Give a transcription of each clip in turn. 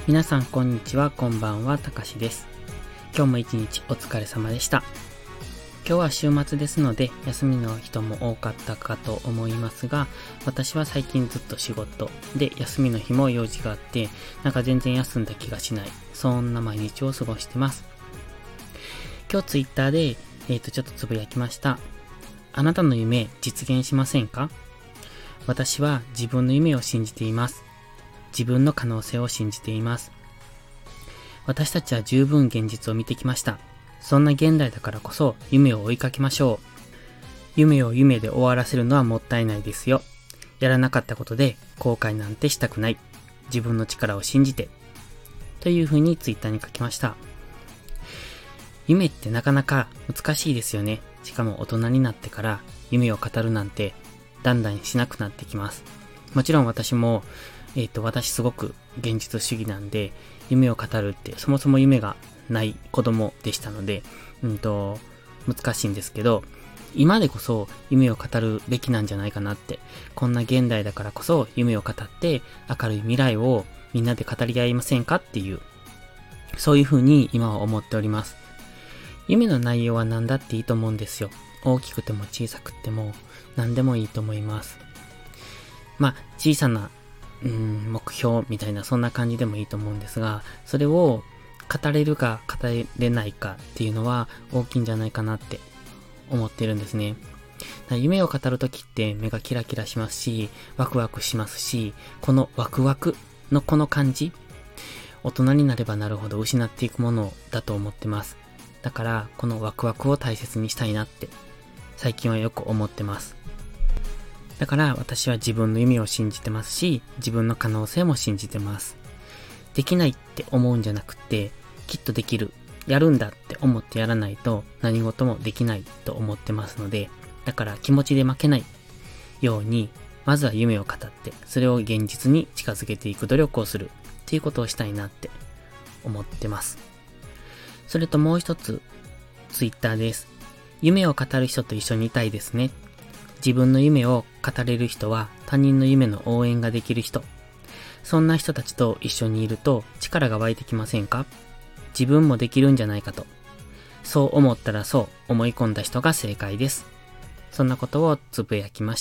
皆さんこんにちは、こんばんは、たかしです。今日も一日お疲れ様でした。今日は週末ですので休みの人も多かったかと思いますが、私は最近ずっと仕事で休みの日も用事があって全然休んだ気がしない、そんな毎日を過ごしてます。今日ツイッターでちょっとつぶやきました。あなたの夢実現しませんか？私は自分の夢を信じています。自分の可能性を信じています。私たちは十分現実を見てきました。そんな現代だからこそ夢を追いかけましょう。夢を夢で終わらせるのはもったいないですよ。やらなかったことで後悔なんてしたくない。自分の力を信じて。というふうにツイッターに書きました。夢ってなかなか難しいですよね。しかも大人になってから夢を語るなんてだんだんしなくなってきます。もちろん私も私すごく現実主義なんで、夢を語るってそもそも夢がない子供でしたので、難しいんですけど、今でこそ夢を語るべきなんじゃないかなって、こんな現代だからこそ夢を語って明るい未来をみんなで語り合いませんかっていう、そういう風に今は思っております。夢の内容は何だっていいと思うんですよ。大きくても小さくても何でもいいと思います。小さな目標みたいなそんな感じでもいいと思うんですが、それを語れるか語れないかっていうのは大きいんじゃないかなって思ってるんですね。夢を語るときって目がキラキラしますし、ワクワクしますし、このワクワクのこの感じ、大人になればなるほど失っていくものだと思ってます。だからこのワクワクを大切にしたいなって最近はよく思ってます。だから私は自分の夢を信じてますし、自分の可能性も信じてます。できないって思うんじゃなくて、きっとできる、やるんだって思ってやらないと何事もできないと思ってますので、だから気持ちで負けないように、まずは夢を語って、それを現実に近づけていく努力をするっていうことをしたいなって思ってます。それともう一つ、ツイッターです。夢を語る人と一緒にいたいですね。自分の夢を語れる人は他人の夢の応援ができる人。そんな人たちと一緒にいると力が湧いてきませんか？自分もできるんじゃないかと。そう思ったらそう思い込んだ人が正解です。そんなことをつぶやきました。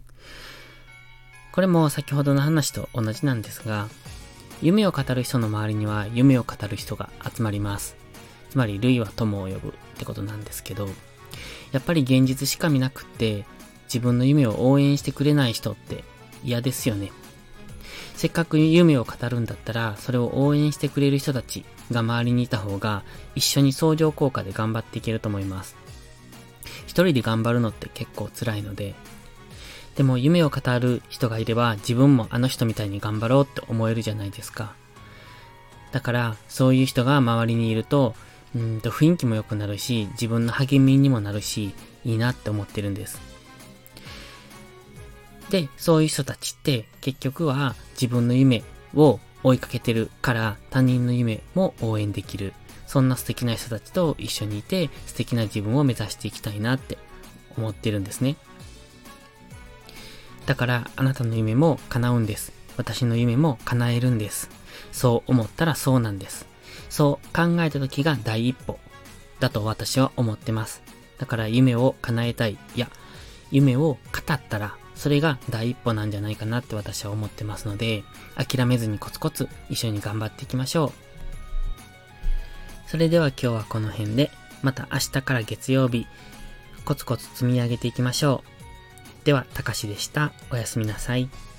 これも先ほどの話と同じなんですが、夢を語る人の周りには夢を語る人が集まります。つまり類は友を呼ぶってことなんですけど、やっぱり現実しか見なくって自分の夢を応援してくれない人って嫌ですよね。せっかく夢を語るんだったらそれを応援してくれる人たちが周りにいた方が一緒に相乗効果で頑張っていけると思います。一人で頑張るのって結構辛いので、でも夢を語る人がいれば自分もあの人みたいに頑張ろうって思えるじゃないですか。だからそういう人が周りにいると雰囲気も良くなるし、自分の励みにもなるし、いいなって思ってるんです。で、そういう人たちって結局は自分の夢を追いかけてるから他人の夢も応援できる。そんな素敵な人たちと一緒にいて素敵な自分を目指していきたいなって思ってるんですね。だからあなたの夢も叶うんです。私の夢も叶えるんです。そう思ったらそうなんです。そう考えた時が第一歩だと私は思ってます。だから夢を叶えたい、夢を語ったらそれが第一歩なんじゃないかなって私は思ってますので、諦めずにコツコツ一緒に頑張っていきましょう。それでは今日はこの辺で、また明日から月曜日コツコツ積み上げていきましょう。では、たかしでした。おやすみなさい。